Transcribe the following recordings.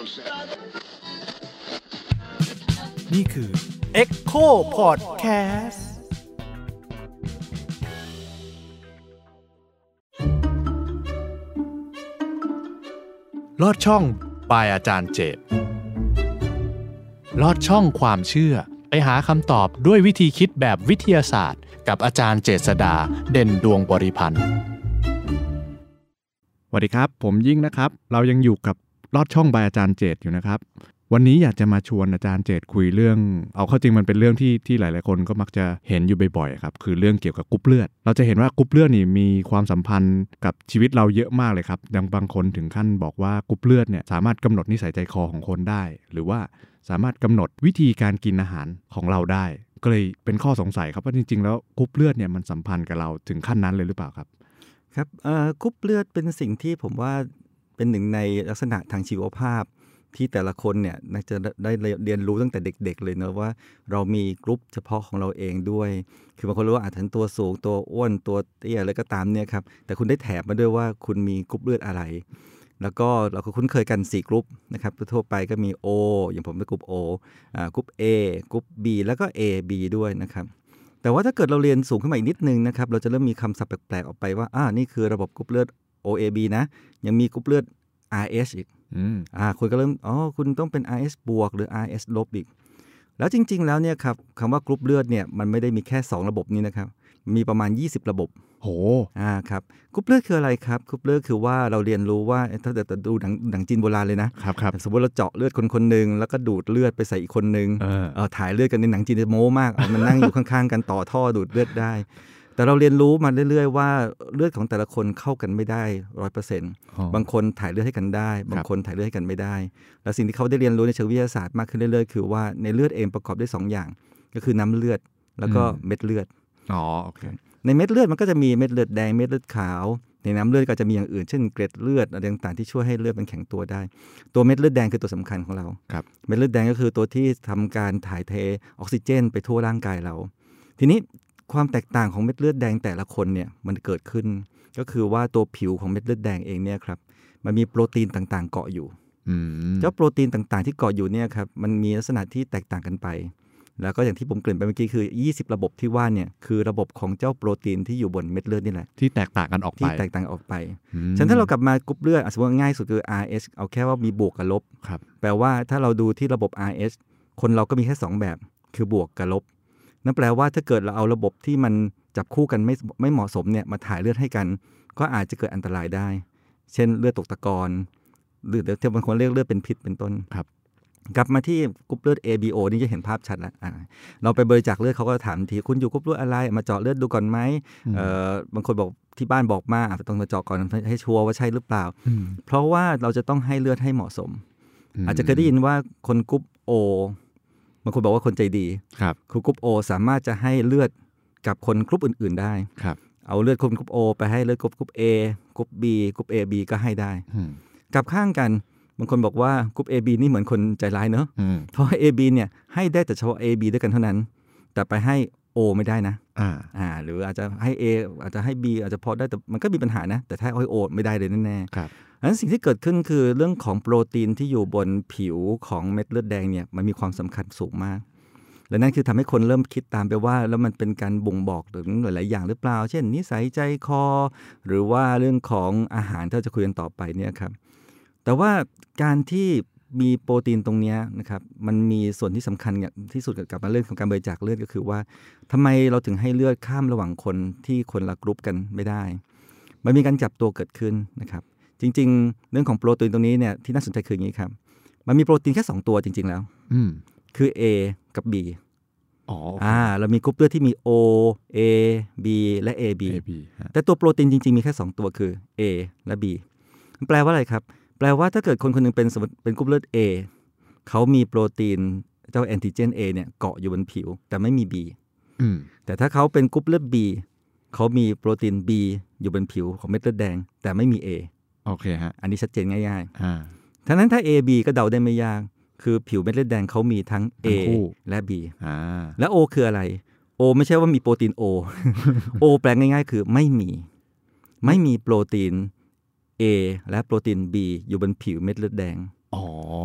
นี่คือ Echo Podcastลอดช่องบายอาจารย์เจตลอดช่องความเชื่อไปหาคำตอบด้วยวิธีคิดแบบวิทยาศาสตร์กับอาจารย์เจษฎาเด่นดวงบริพันธ์สวัสดีครับผมยิ่งนะครับเรายังอยู่กับลอดช่องบายอาจารย์เจตอยู่นะครับวันนี้อยากจะมาชวนอาจารย์เจตคุยเรื่องเอาเข้าจริงมันเป็นเรื่องที่หลายๆคนก็มักจะเห็นอยู่บ่อยๆครับคือเรื่องเกี่ยวกับกรุ๊ปเลือดเราจะเห็นว่ากรุ๊ปเลือดนี่มีความสัมพันธ์กับชีวิตเราเยอะมากเลยครับอย่างบางคนถึงขั้นบอกว่ากรุ๊ปเลือดเนี่ยสามารถกำหนดนิสัยใจคอของคนได้หรือว่าสามารถกำหนดวิธีการกินอาหารของเราได้ก็เลยเป็นข้อสงสัยครับว่าจริงๆแล้วกรุ๊ปเลือดเนี่ยมันสัมพันธ์กับเราถึงขั้นนั้นเลยหรือเปล่าครับครับกรุ๊ปเลือดเป็นสิ่งที่ผมว่าเป็นหนึ่งในลักษณะทางชีวภาพที่แต่ละคนเนี่ยน่าจะได้เรียนรู้ตั้งแต่เด็กๆเลยเนอะว่าเรามีกรุ๊ปเฉพาะของเราเองด้วยคือบางคนรู้ว่าอาจจะตัวสูงตัวอ้วนตัวเตี้ยอะไรก็ตามเนี่ยครับแต่คุณได้แถบมาด้วยว่าคุณมีกรุ๊ปเลือดอะไรแล้วก็เราก็คุ้นเคยกัน4กรุ๊ปนะครับทั่วไปก็มี O อย่างผมเป็นกรุ๊ป O กรุ๊ป A กรุ๊ป B แล้วก็ AB ด้วยนะครับแต่ว่าถ้าเกิดเราเรียนสูงขึ้นมาอีกนิดนึงนะครับเราจะเริ่มมีคำศัพท์แปลกๆออกไปว่านี่คือระบบกรุ๊ปเลือด OAB นะยังมีกรุ๊ปเลือด RH อีกคุณก็เริ่มคุณต้องเป็น RH บวกหรือ RH ลบอีกแล้วจริงๆแล้วเนี่ยครับคำว่ากรุ๊ปเลือดเนี่ยมันไม่ได้มีแค่2ระบบนี้นะครับมีประมาณ20ระบบโหครับกรุ๊ปเลือดคืออะไรครับกรุ๊ปเลือดคือว่าเราเรียนรู้ว่าถ้าแต่ดูหนังจีนโบราณเลยนะครับสมมติเราเจาะเลือดคนนึงแล้วก็ดูดเลือดไปใส่อีกคนนึงถ่ายเลือดกันในหนังจีนจะโม้มากมันนั่งอยู่ข้างๆกันต่อท่อดูดเลือดได้แต่เราเรียนรู้มาเรื่อยๆว่าเลือดของแต่ละคนเข้ากันไม่ได้ 100% บางคนถ่ายเลือดให้กันได้บางคนถ่ายเลือดให้กันไม่ได้แล้วสิ่งที่เขาได้เรียนรู้ในเชิงวิทยาศาสตร์มากขึ้นเรื่อยๆคือว่าในเลือดเองประกอบด้วย2อย่างก็คือน้ำเลือดแล้วก็เม็ดเลือดโอเคในเม็ดเลือดมันก็จะมีเม็ดเลือดแดงเม็ดเลือดขาวในน้ำเลือดก็จะมีอย่างอื่นเช่นเกล็ดเลือดอะไรต่างๆที่ช่วยให้เลือดมันแข็งตัวได้ตัวเม็ดเลือดแดงคือตัวสำคัญของเราเม็ดเลือดแดงก็คือตัวที่ทำการถ่ายเทออกซิเจนไปทั่วร่างกายเราทีนี้ความแตกต่างของเม็ดเลือดแดงแต่ละคนเนี่ยมันเกิดขึ้นก็คือว่าตัวผิวของเม็ดเลือดแดงเองเนี่ยครับมันมีโปรตีนต่างๆเกาะอยู่เจ้าโปรตีนต่างๆที่เกาะอยู่เนี่ยครับมันมีลักษณะที่แตกต่างกันไปแล้วก็อย่างที่ผมเกริ่นไปเมื่อกี้คือ20ระบบที่ว่าเนี่ยคือระบบของเจ้าโปรตีนที่อยู่บนเม็ดเลือดนี่แหละที่แตกต่างกันออกไปฉะนั้นถ้าเรากลับมากรุ๊ปเลือดสมมติง่ายสุดคือ RH เอาแค่ว่ามีบวกกับลบแปลว่าถ้าเราดูที่ระบบ RH คนเราก็มีแค่2แบบคือบวกกับลบนั่นแปลว่าถ้าเกิดเราเอาระบบที่มันจับคู่กันไม่เหมาะสมเนี่ยมาถ่ายเลือดให้กันก็อาจจะเกิดอันตรายได้เช่นเลือดตกตะกอนหรือที่บางคนเรียกเลือดเป็นพิษเป็นต้นครับกลับมาที่กรุ๊ปเลือด ABO นี่จะเห็นภาพชัดแล้วเราไปบริจาคเลือดเขาก็ถามทีคุณอยู่กรุ๊ปเลือดอะไรมาเจาะเลือดดูก่อนไหมบางคนบอกที่บ้านบอกมาต้องมาเจาะก่อนให้ชัวร์ว่าใช่หรือเปล่าเพราะว่าเราจะต้องให้เลือดให้เหมาะสมอาจจะเคยได้ยินว่าคนกรุ๊ป O บางคนบอกว่าคนใจดีคือกรุ๊ป O สามารถจะให้เลือดกับคนกรุ๊ปอื่นๆได้เอาเลือดคนกรุ๊ป O ไปให้เลือดกรุ๊ป A กรุ๊ป B กรุ๊ป AB ก็ให้ได้กลับข้างกันบางคนบอกว่ากรุ๊ป AB นี่เหมือนคนใจร้ายเนอะเพราะ AB เนี่ยให้ได้แต่เฉพาะ AB ด้วยกันเท่านั้นแต่ไปให้ O ไม่ได้นะหรืออาจจะให้ A อาจจะให้ B อาจจะพอได้แต่มันก็มีปัญหานะแต่ถ้าให้ O ไม่ได้เลยแน่ๆดังนั้นสิ่งที่เกิดขึ้นคือเรื่องของโปรตีนที่อยู่บนผิวของเม็ดเลือดแดงเนี่ยมันมีความสำคัญสูงมากและนั่นคือทำให้คนเริ่มคิดตามไปว่าแล้วมันเป็นการบ่งบอกถึงหลายๆอย่างหรือเปล่าเช่นนิสัยใจคอหรือว่าเรื่องของอาหารที่เราจะคุยกันต่อไปเนี่ยครับแต่ว่าการที่มีโปรตีนตรงนี้นะครับมันมีส่วนที่สำคัญที่สุดกับเรื่องของการบริจาคเลือดก็คือว่าทำไมเราถึงให้เลือดข้ามระหว่างคนที่คนละกรุ๊ปกันไม่ได้มันมีการจับตัวเกิดขึ้นนะครับจริงๆเรื่องของโปรตีนตรงนี้เนี่ยที่น่าสนใจคืออย่างนี้ครับมันมีโปรตีนแค่2ตัวจริงๆแล้วคือ A กับ B เรามีกรุ๊ปเลือดที่มี O A B และ AB แต่ตัวโปรตีนจริงๆมีแค่2ตัวคือ A และ B แปลว่าอะไรครับแปลว่าถ้าเกิดคนคนนึงเป็นกรุ๊ปเลือด A เขามีโปรตีนเจ้าแอนติเจน A เนี่ยเกาะอยู่บนผิวแต่ไม่มี B แต่ถ้าเขาเป็นกรุ๊ปเลือด B เขามีโปรตีน B อยู่บนผิวของเม็ดเลือดแดงแต่ไม่มี A โอเคฮะอันนี้ชัดเจนง่ายๆทั้งนั้นถ้า AB ก็เดาได้ไม่ยากคือผิวเม็ดเลือดแดงเขามีทั้ง A และ B และ O คืออะไร O ไม่ใช่ว่ามีโปรตีน O O แปลงง่ายๆคือไม่มีโปรตีน A และโปรตีน B อยู่บนผิวเม็ดเลือดแดง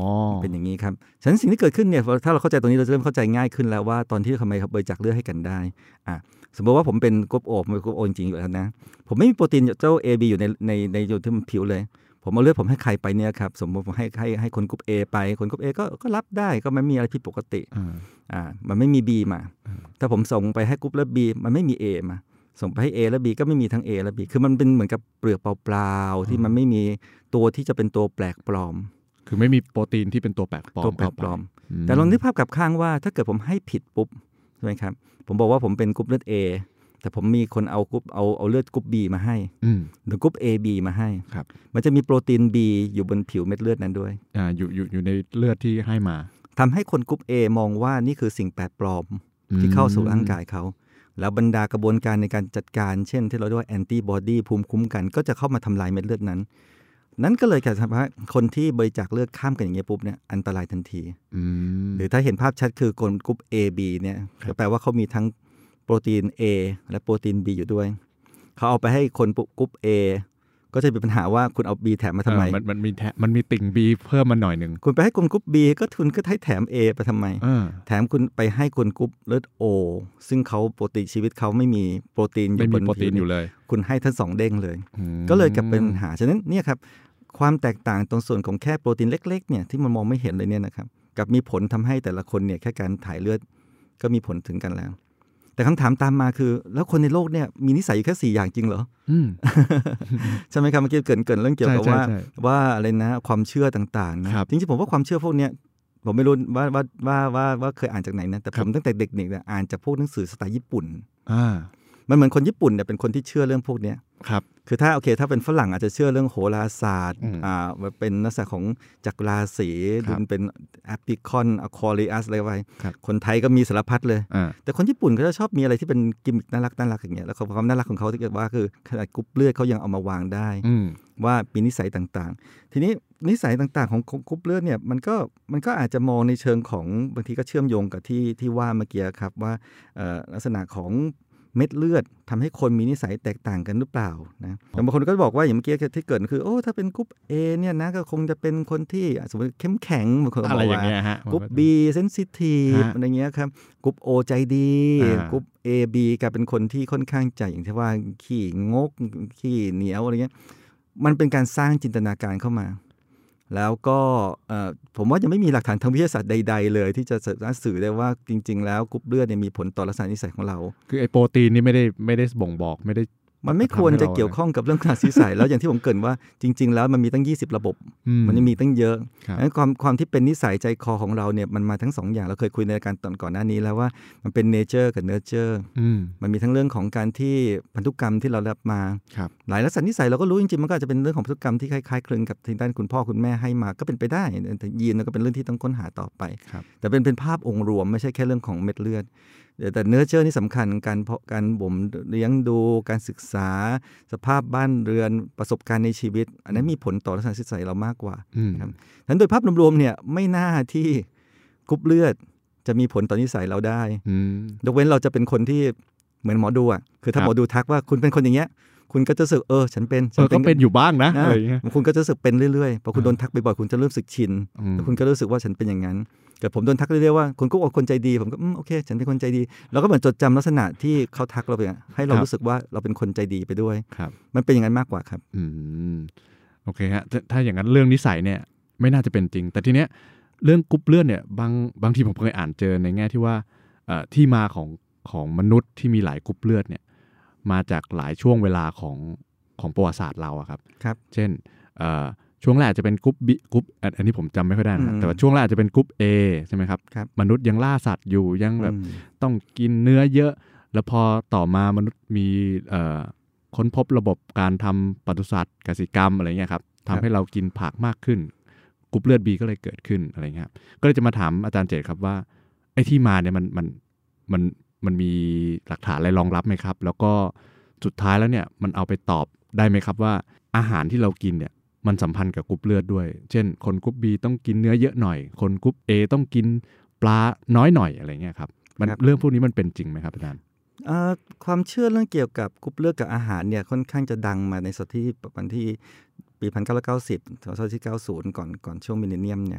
เป็นอย่างนี้ครับฉะนั้นสิ่งที่เกิดขึ้นเนี่ยถ้าเราเข้าใจตรงนี้เราจะเริ่มเข้าใจง่ายขึ้นแล้วว่าตอนที่ทำไมบริจาคเลือดให้กันได้สมมติว่าผมเป็นกรุ๊ปโอผมเป็นกรุ๊ปโอจริงๆอยู่แล้วนะผมไม่มีโปรตีนเจ้า AB อยู่ในอยู่ที่มันผิวเลยผมเอาเลือดผมให้ใครไปเนี่ยครับสมมติผมให้คนกรุ๊ป A ไปคนกรุ๊ป A ก็รับได้ก็ไม่มีอะไรผิดปกติมันไม่มี B มาถ้าผมส่งไปให้กรุ๊ปเลือด B มันไม่มี A มาส่งไปให้ A และ B ก็ไม่มีทั้ง A และ B คือมันเป็นเหมือนกับเปลือกเปล่าๆที่มันไม่มีตัวที่จะเป็นตัวแปลกปลอมคือไม่มีโปรตีนที่เป็นตัวแปลกปลอมแต่ลองนึกภาพกลับข้างว่าถ้าเกิดผมให้ผิดปุ๊บใช่ไหมครับผมบอกว่าผมเป็นกรุ๊ปเลือด A แต่ผมมีคนเอาเลือดกรุ๊ป B มาให้หรือกรุ๊ป AB มาให้มันจะมีโปรตีน B อยู่บนผิวเม็ดเลือดนั้นด้วยอยู่ในเลือดที่ให้มาทำให้คนกรุ๊ป A มองว่านี่คือสิ่งแปลกปลอมที่เข้าสู่ร่างกายเขาแล้วบรรดากระบวนการในการจัดการเช่นที่เราเรียกว่าแอนติบอดีภูมิคุ้มกันก็จะเข้ามาทำลายเม็ดเลือดนั้นก็เลยทำให้คนที่บริจาคเลือดข้ามกันอย่างเงี้ยปุ๊บเนี่ยอันตรายทันทีหรือถ้าเห็นภาพชัดคือคนกรุ๊ป AB เนี่ยก็แปลว่าเขามีทั้งโปรตีน A และโปรตีน B อยู่ด้วยเขาเอาไปให้คนกรุ๊ป A ก็จะมีปัญหาว่าคุณเอา B แถมมาทำไมมันมีติ่ง B เพิ่มมาหน่อยนึงคุณไปให้คนกรุ๊ป B ก็คุณก็ให้แถม A ไปทำไมแถมคุณไปให้คนกรุ๊ปเลือด O ซึ่งเขาปกติชีวิตเขาไม่มีโปรตีนอยู่บนผิวอยู่เลยคุณให้ทั้ง2เด้งเลยก็เลยกลายเป็นปัญหาฉะนั้นเนี่ยครับความแตกต่างตรงส่วนของแค่โปรตีนเล็กๆเนี่ยที่มันมองไม่เห็นเลยเนี่ยนะครับกับมีผลทำให้แต่ละคนเนี่ยแค่การถ่ายเลือดก็มีผลถึงกันแล้วแต่คำถามตามมาคือแล้วคนในโลกเนี่ยมีนิสัยอยู่แค่4อย่างจริงเหรอ ใช่ไหมครับเมื่อกี้เกินเรื่องเกี่ยวกับว่าอะไรนะความเชื่อต่างๆนะจริงๆผมว่าความเชื่อพวกเนี้ยผมไม่รู้ว่าเคยอ่านจากไหนนะแต่ผมตั้งแต่เด็กๆเนี่ยอ่านจากพวกหนังสือสไตล์ญี่ปุ่นมันเหมือนคนญี่ปุ่นเนี่ยเป็นคนที่เชื่อเรื่องพวกเนี้ยคือถ้าถ้าเป็นฝรั่งอาจจะเชื่อเรื่องโหราศาสตร์เป็นลักษณะของจักรราศีเป็นแอปริคอนอะควาริอัสอะไรไปคนไทยก็มีสารพัดเลยแต่คนญี่ปุ่นก็จะชอบมีอะไรที่เป็นกิมมิคน่ารักอย่างเงี้ยแล้วความน่ารักของเขาที่เรียกว่าคือขนาดกรุ๊ปเลือดเขายังเอามาวางได้ว่ามีนิสัยต่างๆทีนี้นิสัยต่างๆของกรุ๊ปเลือดเนี่ยมันก็อาจจะมองในเชิงของบางทีก็เชื่อมโยงกับที่ว่าเมื่อกี้ครับว่าลักษณะของเม็ดเลือดทำให้คนมีนิสัยแตกต่างกันหรือเปล่านะแต่บางคนก็บอกว่าอย่างเมื่อกี้ที่เกิดคือถ้าเป็นกรุ๊ป A เนี่ยนะก็คงจะเป็นคนที่สมมติเข้มแข็งบางคนบอกว่ากรุ๊ป B เซนซิทีฟอะไรเงี้ยครับกรุ๊ป O ใจดีกรุ๊ป A B กลายเป็นคนที่ค่อนข้างใจอย่างที่ว่าขี้งกขี้เหนียวอะไรเงี้ยมันเป็นการสร้างจินตนาการเข้ามาแล้วก็ผมว่ายังไม่มีหลักฐานทางวิทยาศาสตร์ใดๆเลยที่จะสามารถสื่อได้ว่าจริงๆแล้วกรุ๊ปเลือดเนี่ยมีผลต่อลักษณะนิสัยของเราคือไอ้โปรตีนนี่ไม่ได้บ่งบอกไม่ได้มันไม่ควรจะเกี่ยวข้องกับเรื่องลักษณะนิสัยแล้วอย่างที่ผมเกริ่นว่าจริงๆแล้วมันมีตั้ง20ระบบมันยังมีตั้งเยอะงั้นความที่เป็นนิสัยใจคอของเราเนี่ยมันมาทั้ง2อย่างเราเคยคุยในรายการก่อนหน้านี้แล้วว่ามันเป็น nature กับ nurture มันมีทั้งเรื่องของการที่พันธุกรรมที่เรารับมาหลายลักษณะนิสัยเราก็รู้จริงๆมันก็อาจจะเป็นเรื่องของพันธุกรรมที่คล้ายๆคลึงกับที่ด้านคุณพ่อคุณแม่ให้มาก็เป็นไปได้แต่ยีนก็เป็นเรื่องที่ต้องค้นหาต่อไปแต่เป็นภาพองค์รวมไม่ใช่แค่เรื่องของเม็ดเลือดแต่เนื้อเชื่อนี่สำคัญการบ่มเลี้ยงดูการศึกษาสภาพบ้านเรือนประสบการณ์ในชีวิตอันนั้นมีผลต่อลักษณะนิสัยเรามากกว่าครับฉะนั้นโดยภาพรวมๆเนี่ยไม่น่าที่กรุ๊ปเลือดจะมีผลต่อนิสัยเราได้ยกเว้นเราจะเป็นคนที่เหมือนหมอดูอ่ะคือถ้าหมอดูทักว่าคุณเป็นคนอย่างเงี้ยคุณก็จะรู้สึกฉันเป็นอยู่บ้างนะอะไรอย่างเงี้ยคุณก็จะรู้สึกเป็นเรื่อยๆพอคุณโดนทักบ่อยๆคุณจะเริ่มสึกชินแล้วคุณก็รู้สึกว่าฉันเป็นอย่างนั้นเกิดผมโดนทักเรื่อยๆว่าคุณก็บอกคนใจดีผมก็โอเคฉันเป็นคนใจดีเราก็เหมือนจดจำลักษณะที่เขาทักเราไปให้เรารู้สึกว่าเราเป็นคนใจดีไปด้วยมันเป็นอย่างนั้นมากกว่าครับโอเคฮะถ้าอย่างนั้นเรื่องนิสัยเนี่ยไม่น่าจะเป็นจริงแต่ทีเนี้ยเรื่องกรุ๊ปเลือดเนี่ยบางทีผมเคยอ่านเจอในแง่ที่ว่าที่มาของมนุษย์ที่มีหลายกรุ๊ปเลือดเนี่ยมาจากหลายช่วงเวลาของประวัติศาสตร์เราอะครับเช่นช่วงแรกจะเป็นกรุ๊ปอันนี้ผมจำไม่ค่อยได้นะแต่ว่าช่วงแรกจะเป็นกรุ๊ป A ใช่ไหมครับมนุษย์ยังล่าสัตว์อยู่ยังแบบต้องกินเนื้อเยอะแล้วพอต่อมามนุษย์มีค้นพบระบบการทำปศุสัตว์กสิกรรมอะไรเงี้ยครับทำให้เรากินผักมากขึ้นกรุ๊ปเลือด B ก็เลยเกิดขึ้นอะไรเงี้ยครับก็เลยจะมาถามอาจารย์เจตครับว่าไอ้ที่มาเนี่ยมันมีหลักฐานอะไรรองรับไหมครับแล้วก็สุดท้ายแล้วเนี่ยมันเอาไปตอบได้ไหมครับว่าอาหารที่เรากินเนี่ยมันสัมพันธ์กับกรุ๊ปเลือดด้วยเช่นคนกรุ๊ป B ต้องกินเนื้อเยอะหน่อยคนกรุ๊ป A ต้องกินปลาน้อยหน่อยอะไรเงี้ยครับมันเรื่องพวกนี้มันเป็นจริงไหมครับอาจารย์ความเชื่อเรื่องเกี่ยวกับกรุ๊ปเลือดกับอาหารเนี่ยค่อนข้างจะดังมาในศตวรรษที่ปี 1990 ศตวรรษที่ 90 ก่อนช่วงมิลเลนเนียมเนี่ย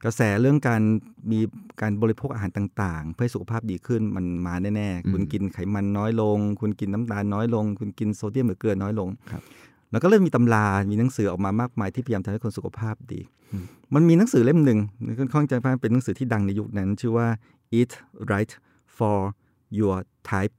กระแสเรื่องมีการบริโภคอาหารต่างๆเพื่อสุขภาพดีขึ้นมันมาแน่ๆคุณกินไขมันน้อยลงคุณกินน้ำตาลน้อยลงคุณกินโซเดียมหรือเกลือน้อยลงแล้วก็เริ่มมีตำรามีหนังสือออกมามากมายที่พยายามทำให้คนสุขภาพดีมันมีหนังสือเล่มหนึ่งค่อนข้างจะเป็นหนังสือที่ดังในยุคนั้นชื่อว่า Eat Right for Your Type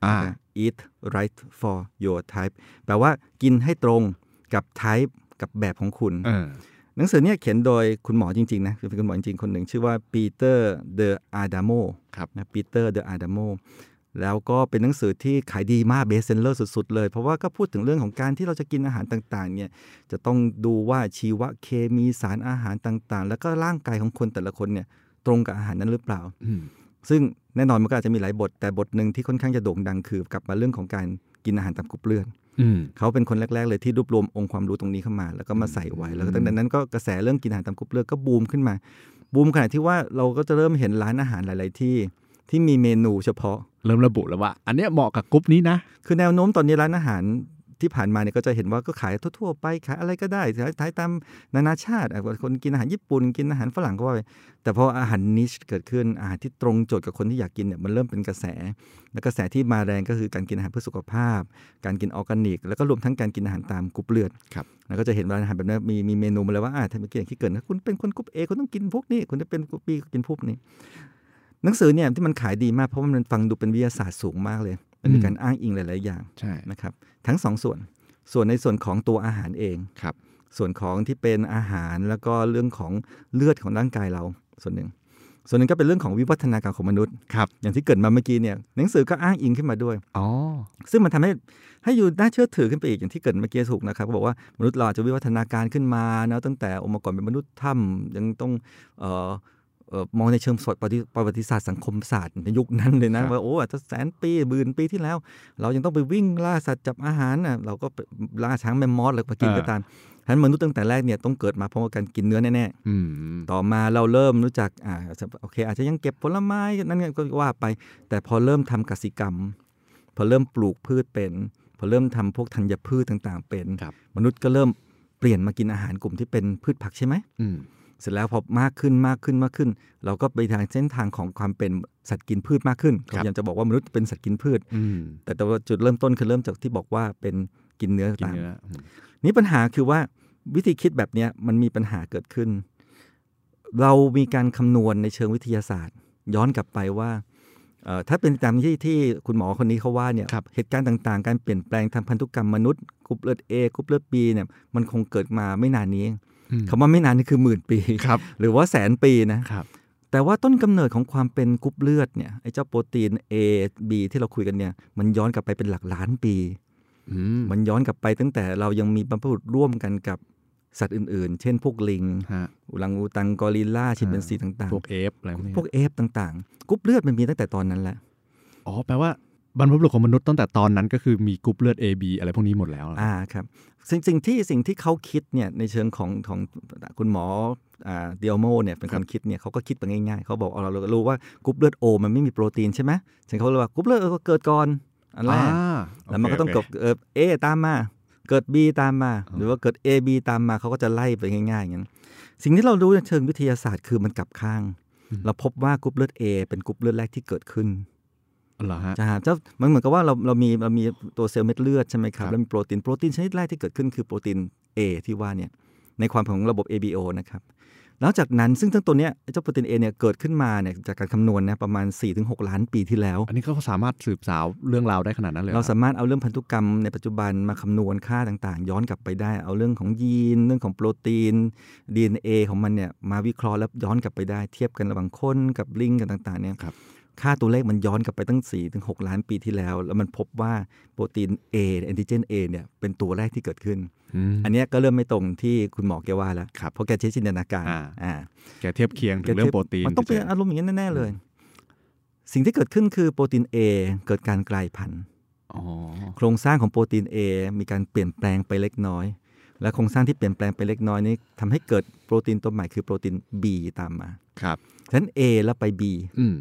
Eat Right for Your Type แปลว่ากินให้ตรงกับ type กับแบบของคุณหนังสือเนี่ยเขียนโดยคุณหมอจริงๆนะคือเป็นคุณหมอจริงๆคนหนึ่งชื่อว่าปีเตอร์เดออาดาโมนะปีเตอร์เดออาดาโมแล้วก็เป็นหนังสือที่ขายดีมากเบสเซลเลอร์สุดๆเลยเพราะว่าก็พูดถึงเรื่องของการที่เราจะกินอาหารต่างๆเนี่ยจะต้องดูว่าชีวเคมีสารอาหารต่างๆแล้วก็ร่างกายของคนแต่ละคนเนี่ยตรงกับอาหารนั้นหรือเปล่าซึ่งแน่นอนมันก็อาจจะมีหลายบทแต่บทหนึ่งที่ค่อนข้างจะโด่งดังคือกลับมาเรื่องของการกินอาหารตามกรุ๊ปเลือดเขาเป็นคนแรกๆเลยที่รวบรวมองค์ความรู้ตรงนี้เข้ามาแล้วก็มาใส่ไว้แล้วตั้งแต่นั้นก็กระแสเรื่องกินอาหารตามกรุ๊ปเลือดก็บูมขึ้นมาบูมขนาดที่ว่าเราก็จะเริ่มเห็นร้านอาหารหลายๆที่มีเมนูเฉพาะเริ่มระบุแล้วว่าอันเนี้ยเหมาะกับกรุ๊ปนี้นะคือแนวโน้มตอนนี้ร้านอาหารที่ผ่านมาเนี่ยก็จะเห็นว่าก็ขายทั่วๆไปขายอะไรก็ได้ขายตามนานาชาติคนกินอาหารญี่ปุ่นกินอาหารฝรั่งก็ว่าไปแต่พออาหารนิชเกิดขึ้นอาหารที่ตรงโจทย์กับคนที่อยากกินเนี่ยมันเริ่มเป็นกระแสและกระแสที่มาแรงก็คือการกินอาหารเพื่อสุขภาพการกินออร์แกนิกแล้วก็รวมทั้งการกินอาหารตามกรุ๊ปเลือดแล้วก็จะเห็นร้านอาหารแบบนี้มีเมนูมาเลยว่าถ้าไม่กินอย่างที่เกิดนะคุณเป็นคนกรุ๊ป A คุณต้องกินพวกนี้คุณจะเป็นกรุ๊ป B กินพวกนี้หนังสือเนี่ยที่มันขายดีมากเพราะมันฟังดูเป็นวิทยาศาสตร์สูงมากเลยมันมีการอ้างอิงหลายๆอย่างนะครับทั้งสองส่วนในส่วนของตัวอาหารเองส่วนของที่เป็นอาหารแล้วก็เรื่องของเลือดของร่างกายเราส่วนหนึ่งก็เป็นเรื่องของวิวัฒนาการของมนุษย์อย่างที่เกิดมาเมื่อกี้เนี่ยหนังสือก็อ้างอิงขึ้นมาด้วยซึ่งมันทำให้อยู่น่าเชื่อถือขึ้นไปอีกอย่างที่เกิดเมื่อกี้ถูกนะครับบอกว่ามนุษย์เราจะวิวัฒนาการขึ้นมานะตั้งแต่องค์ก่อนเป็นมนุษย์ถ้ำยังต้องมองในเชิงประวัติศาสตร์สังคมศาสตร์ในยุคนั้นเลยนะว่าโอ้ถ้าแสนปีหมื่นปีที่แล้วเรายังต้องไปวิ่งล่าสัตว์จับอาหารนะเราก็ล่าช้างแมมมอสแล้วมากินก็ตามฉะนั้นมนุษย์ตั้งแต่แรกเนี่ยต้องเกิดมาเพราะว่าการกินเนื้อแน่ๆต่อมาเราเริ่มรู้จักโอเคอาจจะยังเก็บผลไม้นั่นก็ว่าไปแต่พอเริ่มทำกสิกรรมพอเริ่มปลูกพืชเป็นพอเริ่มทำพวกธัญพืชต่างๆเป็นมนุษย์ก็เริ่มเปลี่ยนมากินอาหารกลุ่มที่เป็นพืชผักใช่ไหมเสร็จแล้วพอมากขึ้นเราก็ไปทางเส้นทางของความเป็นสัตว์กินพืชมากขึ้นพยายามจะบอกว่ามนุษย์เป็นสัตว์กินพืชแต่ว่าจุดเริ่มต้นคือเริ่มจากที่บอกว่าเป็นกินเนื้อตามนี่ปัญหาคือว่าวิธีคิดแบบนี้มันมีปัญหาเกิดขึ้นเรามีการคำนวณในเชิงวิทยาศาสตร์ย้อนกลับไปว่าถ้าเป็นตามที่คุณหมอคนนี้เขาว่าเนี่ยเหตุการณ์ต่างๆการเปลี่ยนแปลงทางพันธุกรรมมนุษย์กรุ๊ปเลือด A กรุ๊ปเลือด B เนี่ยมันคงเกิดมาไม่นานนี้คำว่าไม่นานนี่คือ10,000 ปีหรือว่าแสนปีนะแต่ว่าต้นกำเนิดของความเป็นกรุ๊ปเลือดเนี่ยไอ้เจ้าโปรตีน A B ที่เราคุยกันเนี่ยมันย้อนกลับไปเป็นหลักล้านปีมันย้อนกลับไปตั้งแต่เรายังมีบรรพบุรุษร่วมกันกับสัตว์อื่นๆเช่นพวกลิงอุรังอูตังกอริลลาชิมแปนซีต่างๆพวกเอฟอะไรพวกเอฟต่างๆกรุ๊ปเลือดมันมีตั้งแต่ตอนนั้นแหละแปลว่าบรรพบุรุษของมนุษย์ตั้งแต่ตอนนั้นก็คือมีกรุ๊ปเลือด AB อะไรพวกนี้หมดแล้วครับสิ่งที่เขาคิดเนี่ยในเชิงของคุณหมอเดียโมเนี่ยเป็นคนคิดเนี่ยเขาก็คิดไปง่ายๆเขาบอกเรารู้ว่ากรุ๊ปเลือด O มันไม่มีโปรตีนใช่ไหมฉะนั้นเขาเลยว่ากรุ๊ปเลือดก็เกิดก่อนอันแรกแล้วมันก็ต้องเกิดA ตามมาเกิด B ตามมาหรือว่าเกิด AB ตามมาเขาก็จะไล่ไปง่ายๆอย่างนั้นสิ่งที่เรารู้ในเชิงวิทยาศาสตร์คือมันกลับข้างเราพบว่ากรุ๊ปเลือด A เป็นกรุ๊ปเลือดแรกที่เกิดขึ้นเหรอฮะมันเหมือนกับว่าเรามีตัวเซลล์เม็ดเลือดใช่ไหมครับแล้วมีโปรตีนชนิดแรกที่เกิดขึ้นคือโปรตีน A ที่ว่าเนี่ยในความของระบบ ABO นะครับแล้วจากนั้นซึ่งตัวเนี้ยเจ้าโปรตีน A เนี่ยเกิดขึ้นมาเนี่ยจากการคำนวณนะประมาณ 4-6 ล้านปีที่แล้วอันนี้เขาสามารถสืบสาวเรื่องราวได้ขนาดนั้นเลยเราสามารถเอาเรื่องพันธุกรรมในปัจจุบันมาคำนวณค่าต่างๆย้อนกลับไปได้เอาเรื่องของยีนเรื่องของโปรตีน DNA ของมันเนี่ยมาวิเคราะห์แล้วย้อนกลับไปได้เทียบกันระหว่างคนกับลิงกันต่างๆเนี่ยค่าตัวเลขมันย้อนกลับไปตั้ง 4-6 ล้านปีที่แล้วแล้วมันพบว่าโปรตีน A แอนติเจน A เนี่ยเป็นตัวแรกที่เกิดขึ้นอันนี้ก็เริ่มไม่ตรงที่คุณหมอแกว่าแล้วเพราะแกใช้จินตนาการแกเทียบเคียงถึงเรื่องโปรตีนมันต้องเป็นอารมณ์อย่างนั้นแน่ๆเลยสิ่งที่เกิดขึ้นคือโปรตีน A เกิดการกลายพันธุ์โครงสร้างของโปรตีน A มีการเปลี่ยนแปลงไปเล็กน้อยและโครงสร้างที่เปลี่ยนแปลงไปเล็กน้อยนี้ทำให้เกิดโปรตีนตัวใหม่คือโปรตีน B ตามมาครับฉะนั้น A แล้วไป B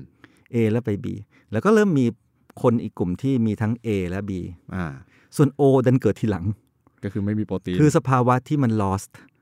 A แล้วไป B แล้วก็เริ่มมีคนอีกกลุ่มที่มีทั้ง A และ B ส่วน O ดันเกิดทีหลังก็คือไม่มีโปรตีนคือสภาวะที่มัน lost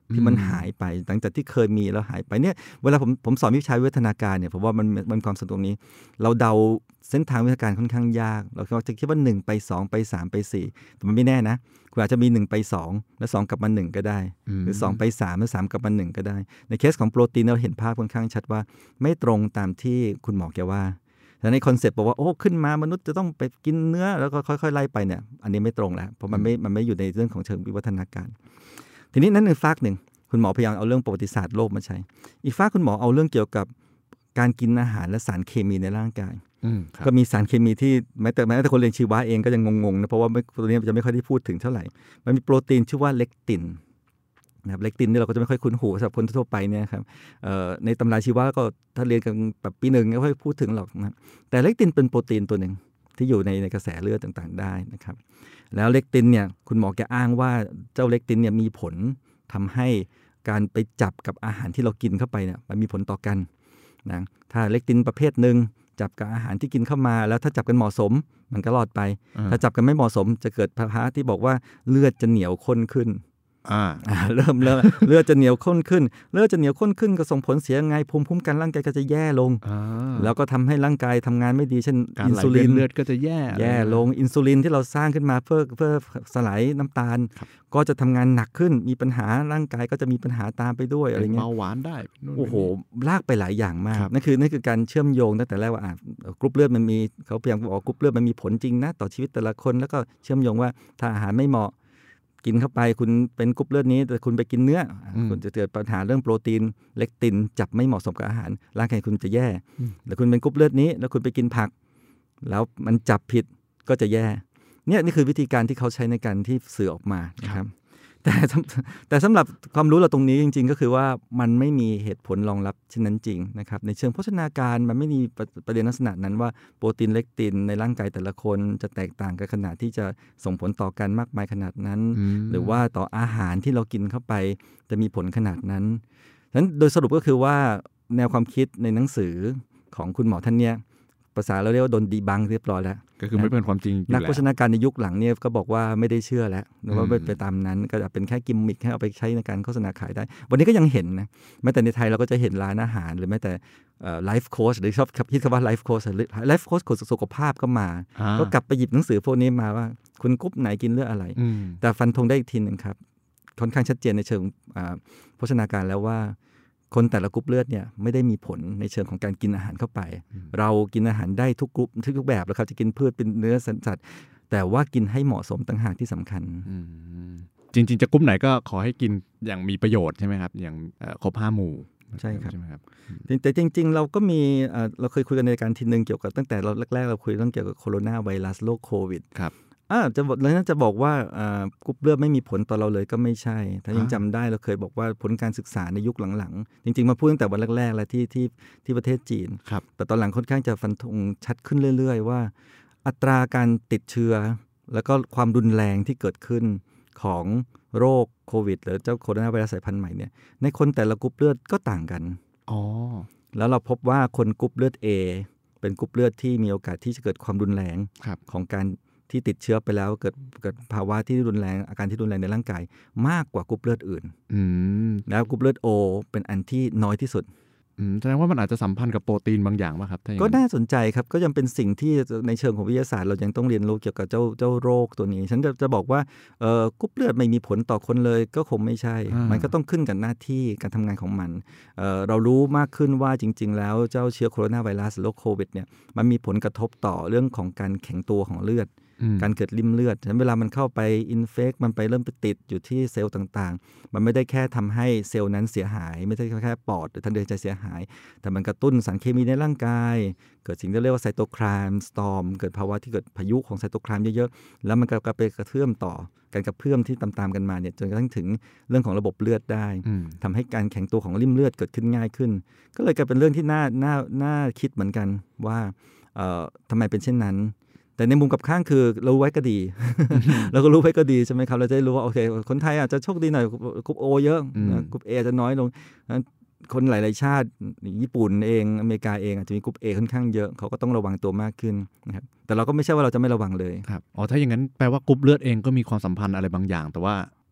ที่มันหายไปหลังจากที่เคยมีแล้วหายไปเนี่ยเวลาผมสอนวิชาวิวัฒนาการเนี่ยผมว่ามันความสนุกตรงนี้เราเดาเส้นทางวิวัฒนาการค่อนข้างยากเราจะคิดว่า1ไป2ไป3ไป4แต่มันไม่แน่นะคุณอาจจะมี1ไป2แล้ว2กลับมา1ก็ได้หรือ2ไป3แล้ว3กลับมา1ก็ได้ในเคสของโปรตีนเราเห็นภาพค่อนข้างชัดว่าไม่ตรงตามที่คุณหมอแกว่าแต่ในคอนเซ็ปต์บอกว่าโอ้ขึ้นมามนุษย์จะต้องไปกินเนื้อแล้วก็ค่อยๆไล่ไปเนี่ยอันนี้ไม่ตรงแล้วเพราะมันไม่อยู่ในเรื่องของเชิงวิวัฒนาการทีนี้นั่นคือฝากหนึ่งคุณหมอพยายามเอาเรื่องประวัติศาสตร์โลกมาใช้อีกฝากคุณหมอเอาเรื่องเกี่ยวกับการกินอาหารและสารเคมีในร่างกายก็มีสารเคมีที่แม้แต่คนเรียนชีวะเองก็ยังงงๆนะเพราะว่าตัวนี้จะไม่ค่อยได้พูดถึงเท่าไหร่มันมีโปรตีนชื่อว่าเลคตินนะครับเลคตินนี่เราก็จะไม่ค่อยคุ้นหูสำหรับคนทั่วไปเนี่ยครับในตำราชีวะก็ถ้าเรียนกันแบบปี 1ไม่ค่อยพูดถึงหรอกนะแต่เลคตินเป็นโปรตีนตัวหนึ่งที่อยู่ในกระแสเลือดต่างๆได้นะครับแล้วเลคตินเนี่ยคุณหมอแกอ้างว่าเจ้าเลคตินเนี่ยมีผลทำให้การไปจับกับอาหารที่เรากินเข้าไปเนี่ยมันมีผลต่อกันนะถ้าเลคตินประเภทหนึ่งจับกับอาหารที่กินเข้ามาแล้วถ้าจับกันเหมาะสมมันก็รอดไปถ้าจับกันไม่เหมาะสมจะเกิดภาวะที่บอกว่าเลือดจะเหนียวข้นขึ้นเริ่มเลือดจะเหนียวข้นขึ้นก็ส่งผลเสียไงภูมิคุ้มกันร่างกายก็จะแย่ลงแล้วก็ทำให้ร่างกายทำงานไม่ดีเช่นอินซูลินเลือดก็จะแย่ลงอินซูลินที่เราสร้างขึ้นมาเพื่อสลายน้ำตาลก็จะทำงานหนักขึ้นมีปัญหาร่างกายก็จะมีปัญหาตามไปด้วยอะไรเงี้ยเบาหวานได้โอ้โหลากไปหลายอย่างมากนั่นคือการเชื่อมโยงตั้งแต่แรกว่ากรุ๊ปเลือดมันมีเขาพยายามบอกกรุ๊ปเลือดมันมีผลจริงนะต่อชีวิตแต่ละคนแล้วก็เชื่อมโยงว่าถ้าอาหารไม่เหมาะกินเข้าไปคุณเป็นกรุ๊ปเลือดนี้แต่คุณไปกินเนื้อคุณจะเกิดปัญหาเรื่องโปรตีนเลคตินจับไม่เหมาะสมกับอาหารร่างกายคุณจะแย่หรือคุณเป็นกรุ๊ปเลือดนี้แล้วคุณไปกินผักแล้วมันจับผิดก็จะแย่นี่คือวิธีการที่เขาใช้ในการที่สื่อออกมานะครับแต่สำหรับความรู้เราตรงนี้จริงๆก็คือว่ามันไม่มีเหตุผลรองรับเช่นนั้นจริงนะครับในเชิงโภชนาการมันไม่มีประเด็นลักษณะนั้นว่าโปรตีนเลคตินในร่างกายแต่ละคนจะแตกต่างกันขนาดที่จะส่งผลต่อกันมากมายขนาดนั้นหรือว่าต่ออาหารที่เรากินเข้าไปจะมีผลขนาดนั้นฉะนั้นโดยสรุปก็คือว่าแนวความคิดในหนังสือของคุณหมอท่านเนี้ยภาษาเราเรียกว่าโดนดีบังเรียบร้อยแล้วก็คือไม่เป็นความจริงนักโภชนาการในยุคหลังเนี่ยก็บอกว่าไม่ได้เชื่อแล้วว่าไม่ไปตามนั้นก็จะเป็นแค่กิมมิคให้เอาไปใช้ในการโฆษณาขายได้วันนี้ก็ยังเห็นนะแม้แต่ในไทยเราก็จะเห็นร้านอาหารหรือแม้แต่ไลฟ์โค้ชหรือชอบคิดคำว่าไลฟ์โค้ชสุขภาพก็มาก็กลับไปหยิบหนังสือพวกนี้มาว่าคุณกรุ๊ปไหนกินเรื่องอะไรแต่ฟันธงได้อีกทีนึงครับค่อนข้างชัดเจนในเชิงโภชนาการแล้วว่าคนแต่ละกรุ๊ปเลือดเนี่ยไม่ได้มีผลในเชิงของการกินอาหารเข้าไปเรากินอาหารได้ทุกกรุ๊ปทุกแบบแล้วครับจะกินพืชเป็นเนื้อสัตว์แต่ว่ากินให้เหมาะสมต่างหากที่สำคัญจริงๆจะกรุ๊ปไหนก็ขอให้กินอย่างมีประโยชน์ใช่ไหมครับอย่างครบ5 หมู่ใช่ครับแต่จริงๆเราก็มีเราเคยคุยกันในการทีนึงเกี่ยวกับตั้งแต่เราแรกๆเราคุยเรื่องเกี่ยวกับโคโรนาไวรัสโรคโควิดครับจะบอกว่ากรุ๊ปเลือดไม่มีผลต่อเราเลยก็ไม่ใช่ถ้ายังจำได้เราเคยบอกว่าผลการศึกษาในยุคหลังๆจริงๆมาพูดตั้งแต่วันแรกๆแล้วที่ประเทศจีนแต่ตอนหลังค่อนข้างจะฟันธงชัดขึ้นเรื่อยๆว่าอัตราการติดเชื้อแล้วก็ความรุนแรงที่เกิดขึ้นของโรคโควิดหรือเจ้าโคโรนาไวรัสสายพันธุ์ใหม่เนี่ยในคนแต่ละกรุ๊ปเลือดก็ต่างกันแล้วเราพบว่าคนกรุ๊ปเลือด A เป็นกรุ๊ปเลือดที่มีโอกาสที่จะเกิดความรุนแรงของการที่ติดเชื้อไปแล้วเกิดภาวะที่รุนแรงอาการที่รุนแรงในร่างกายมากกว่ากรุ๊ปเลือดอื่นแล้วกรุ๊ปเลือด O เป็นอันที่น้อยที่สุดแสดงว่ามันอาจจะสัมพันธ์กับโปรตีนบางอย่างป่ะครับก็น่าสนใจครับก็ยังเป็นสิ่งที่ในเชิงของวิทยาศาสตร์เรายังต้องเรียนรู้เกี่ยวกับเจ้าโรคตัวนี้ฉันจะบอกว่ากรุ๊ปเลือดไม่มีผลต่อคนเลยก็คงไม่ใช่มันก็ต้องขึ้นกับหน้าที่การทำงานของมันเรารู้มากขึ้นว่าจริงๆแล้วเจ้าเชื้อโคโรนาไวรัสโรคโควิดเนี่ยมันมีผลกระทบต่อเรื่องของการแข็งตัวของเลือดการเกิดริ่มเลือดฉะนั้นเวลามันเข้าไปอินเฟกมันไปเริ่มไปติดอยู่ที่เซลล์ต่างๆมันไม่ได้แค่ทำให้เซลล์นั้นเสียหายไม่ใช่แค่ปอดหรือทางเดินหายใจเสียหายแต่มันกระตุ้นสารเคมีในร่างกายเกิดสิ่งที่เรียกว่าไซโตไคน์สตอร์มเกิดภาวะที่เกิดพายุของไซโตไคน์เยอะๆแล้วมันก็ไปกระเทื่อมต่อการกระเพื่อมที่ตามๆกันมาเนี่ยจนกระทั่งถึงเรื่องของระบบเลือดได้ทำให้การแข็งตัวของริ่มเลือดเกิดขึ้นง่ายขึ้นก็เลยกลายเป็นเรื่องที่น่าคิดเหมือนกันว่าทำไมเป็นเช่นนั้นแต่ในมุมกับข้างคือเราไว้ก็ดี เราก็รู้ไว้ก็ดีใช่ไหมครับเราจะได้รู้ว่าโอเคคนไทยอาจจะโชคดีหน่อยกรุ๊ป O เยอะกรุ๊ป A จะน้อยลงคนหลายๆชาติญี่ปุ่นเองอเมริกาเองอาจจะมีกรุ๊ป A ค่อนข้างเยอะเขาก็ต้องระวังตัวมากขึ้นนะครับแต่เราก็ไม่ใช่ว่าเราจะไม่ระวังเลยครับถ้าอย่างนั้นแปลว่ากรุ๊ปเลือดเองก็มีความสัมพันธ์อะไรบางอย่างแต่ว่า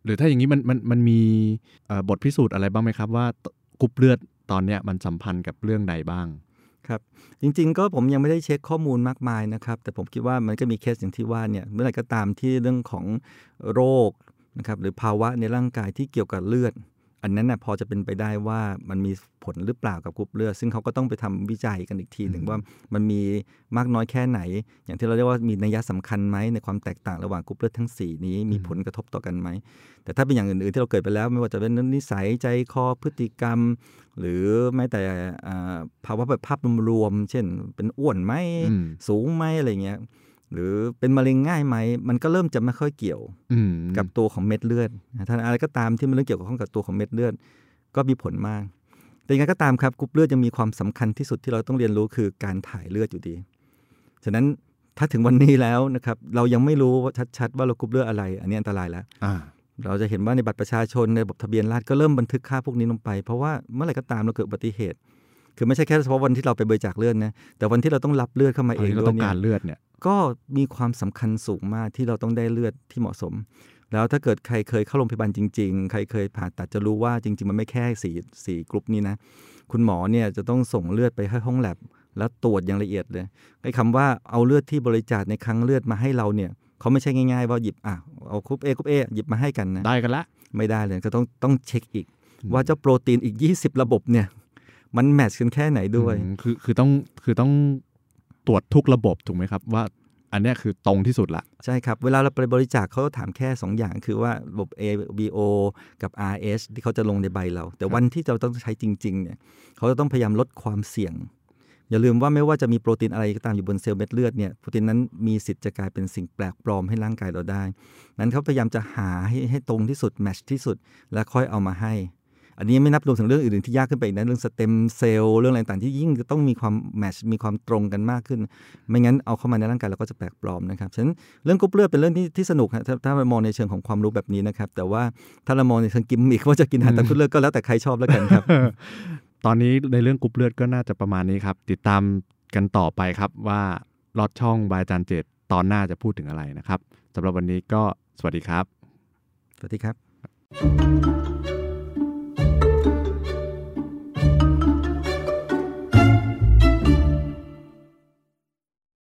รือถ้าอย่างนี้มันมีบทพิสูจน์อะไรบ้างไหมครับว่ากรุ๊ปเลือดตอนเนี้ยมันสัมพันธ์กับเรื่องใดบ้างครับจริงๆก็ผมยังไม่ได้เช็คข้อมูลมากมายนะครับแต่ผมคิดว่ามันก็มีเคสอย่างที่ว่าเนี่ยเมื่อไหร่ก็ตามที่เรื่องของโรคนะครับหรือภาวะในร่างกายที่เกี่ยวกับเลือดอันนั้นนะพอจะเป็นไปได้ว่ามันมีผลหรือเปล่ากับกรุ๊ปเลือดซึ่งเขาก็ต้องไปทำวิจัยกันอีกทีหนึ่งว่ามันมีมากน้อยแค่ไหนอย่างที่เราเรียกว่ามีนัยสำคัญไหมในความแตกต่างระหว่างกรุ๊ปเลือดทั้ง4นี้มีผลกระทบต่อกันไหมแต่ถ้าเป็นอย่างอื่นๆที่เราเกิดไปแล้วไม่ว่าจะเป็นนิสัยใจคอพฤติกรรมหรือแม้แต่ภาวะแบบภาพรวมๆเช่นเป็นอ้วนไหมสูงไหมอะไรเงี้ยหรือเป็นมะเร็งง่ายไหมมันก็เริ่มจะไม่ค่อยเกี่ยวกับตัวของเม็ดเลือดถ้าอะไรก็ตามที่มันเรื่องเกี่ยวข้องกับตัวของเม็ดเลือดก็มีผลมากแต่ยังไงก็ตามครับกรุ๊ปเลือดยังมีความสำคัญที่สุดที่เราต้องเรียนรู้คือการถ่ายเลือดอยู่ดีฉะนั้นถ้าถึงวันนี้แล้วนะครับเรายังไม่รู้ชัดๆว่าเรากรุ๊ปเลือดอะไรอันนี้อันตรายแล้วเราจะเห็นว่าในบัตรประชาชนในระบบทะเบียนราษฎร์ก็เริ่มบันทึกค่าพวกนี้ลงไปเพราะว่าเมื่อไหร่ก็ตามเราเกิดอุบัติเหตุคือไม่ใช่แค่เฉพาะวันที่เราไปบริจาคเลือดนะแต่วันที่เราต้องรับเลือดเข้ามาเองด้วยเนี่ยก็มีความสำคัญสูงมากที่เราต้องได้เลือดที่เหมาะสมแล้วถ้าเกิดใครเคยเข้าโรงพยาบาลจริงๆใครเคยผ่าตัดจะรู้ว่าจริงๆมันไม่แค่สี่กลุ่มนี้นะคุณหมอเนี่ยจะต้องส่งเลือดไปให้ห้องแลบแล้วตรวจอย่างละเอียดเลยไอ้คำว่าเอาเลือดที่บริจาคในครั้งเลือดมาให้เราเนี่ยเขาไม่ใช่ง่ายๆว่าหยิบเอากรุ๊ป A กรุ๊ป A หยิบมาให้กันนะได้กันละไม่ได้เลยก็ต้องเช็คอีกว่าเจ้าโปรตีนอีก20ระบบเนี่ยมันแมทช์กันแค่ไหนด้วยคือต้องตรวจทุกระบบถูกไหมครับว่าอันนี้คือตรงที่สุดละใช่ครับเวลาเราไปบริจาคเขาถามแค่2อย่างคือว่าระบบ ABO กับ RH ที่เขาจะลงในใบเราแต่วันที่เราต้องใช้จริงๆเนี่ยเขาจะต้องพยายามลดความเสี่ยงอย่าลืมว่าไม่ว่าจะมีโปรตีนอะไรก็ตามอยู่บนเซลล์เม็ดเลือดเนี่ยโปรตีนนั้นมีสิทธิ์จะกลายเป็นสิ่งแปลกปลอมให้ร่างกายเราได้นั้นเขาพยายามจะหาให้ตรงที่สุดแมทช์ที่สุดแล้วค่อยเอามาให้อันนี้ไม่นับรวมถึงเรื่องอื่นๆที่ยากขึ้นไปอีกนะเรื่องสเต็มเซลล์เรื่องอะไรต่างๆที่ยิ่งจะต้องมีความแมทช์มีความตรงกันมากขึ้นไม่งั้นเอาเข้ามาในร่างกายเราก็จะแปลกปลอมนะครับฉะนั้นเรื่องกรุ๊ปเลือดเป็นเรื่องที่สนุกถ้าเรามองในเชิงของความรู้แบบนี้นะครับแต่ว่าถ้าเรามองในเชิงกิมมิคว่าจะกินอาหารตามกรุ๊ปเลือดก็แล้วแต่ใครชอบแล้วกันครับตอนนี้ในเรื่องกรุ๊ปเลือดก็น่าจะประมาณนี้ครับติดตามกันต่อไปครับว่าลอดช่องบายอาจารย์เจตตอนหน้าจะพูดถึงอะไรนะครับสำหรับวันนี้ก็สวัสดีครับสวัสดีครับ